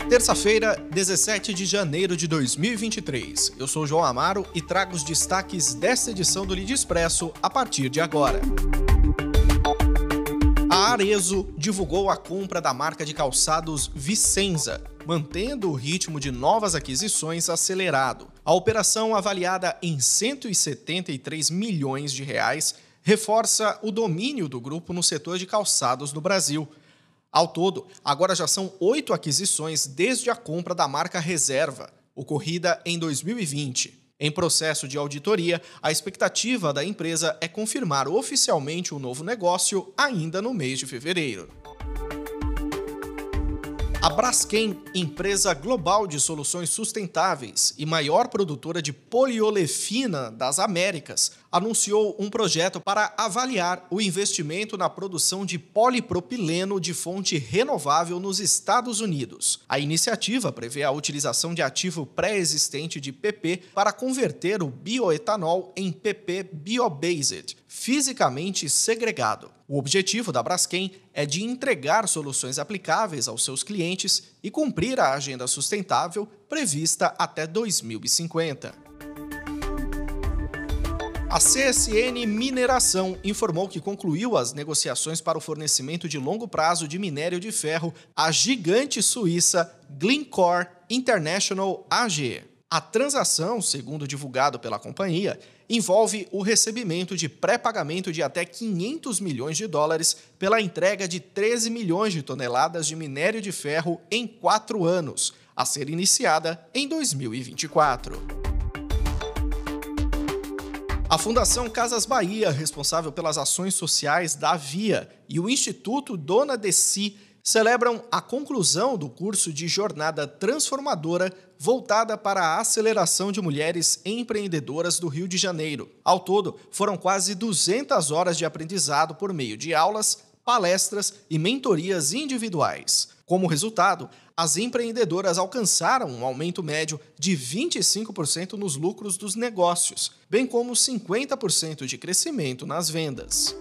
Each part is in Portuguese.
Terça-feira, 17 de janeiro de 2023. Eu sou o João Amaro e trago os destaques desta edição do Lead Expresso a partir de agora. A Arezzo divulgou a compra da marca de calçados Vicenza, mantendo o ritmo de novas aquisições acelerado. A operação, avaliada em 173 milhões de reais, reforça o domínio do grupo no setor de calçados no Brasil. Ao todo, agora já são 8 aquisições desde a compra da marca Reserva, ocorrida em 2020. Em processo de auditoria, a expectativa da empresa é confirmar oficialmente o novo negócio ainda no mês de fevereiro. A Braskem, empresa global de soluções sustentáveis e maior produtora de poliolefina das Américas, anunciou um projeto para avaliar o investimento na produção de polipropileno de fonte renovável nos Estados Unidos. A iniciativa prevê a utilização de ativo pré-existente de PP para converter o bioetanol em PP biobased, fisicamente segregado. O objetivo da Braskem é de entregar soluções aplicáveis aos seus clientes e cumprir a agenda sustentável prevista até 2050. A CSN Mineração informou que concluiu as negociações para o fornecimento de longo prazo de minério de ferro à gigante suíça Glencore International AG. A transação, segundo divulgado pela companhia, envolve o recebimento de pré-pagamento de até 500 milhões de dólares pela entrega de 13 milhões de toneladas de minério de ferro em 4 anos, a ser iniciada em 2024. A Fundação Casas Bahia, responsável pelas ações sociais da Via, e o Instituto Dona de Si celebram a conclusão do curso de jornada transformadora voltada para a aceleração de mulheres empreendedoras do Rio de Janeiro. Ao todo, foram quase 200 horas de aprendizado por meio de aulas, palestras e mentorias individuais. Como resultado, as empreendedoras alcançaram um aumento médio de 25% nos lucros dos negócios, bem como 50% de crescimento nas vendas.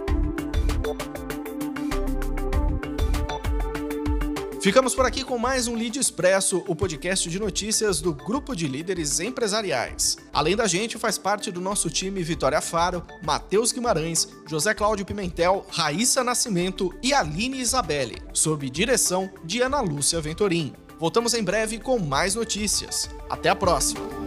Ficamos por aqui com mais um Lead Expresso, o podcast de notícias do Grupo de Líderes Empresariais. Além da gente, faz parte do nosso time Vitória Faro, Matheus Guimarães, José Cláudio Pimentel, Raíssa Nascimento e Aline Isabelli, sob direção de Ana Lúcia Ventorim. Voltamos em breve com mais notícias. Até a próxima!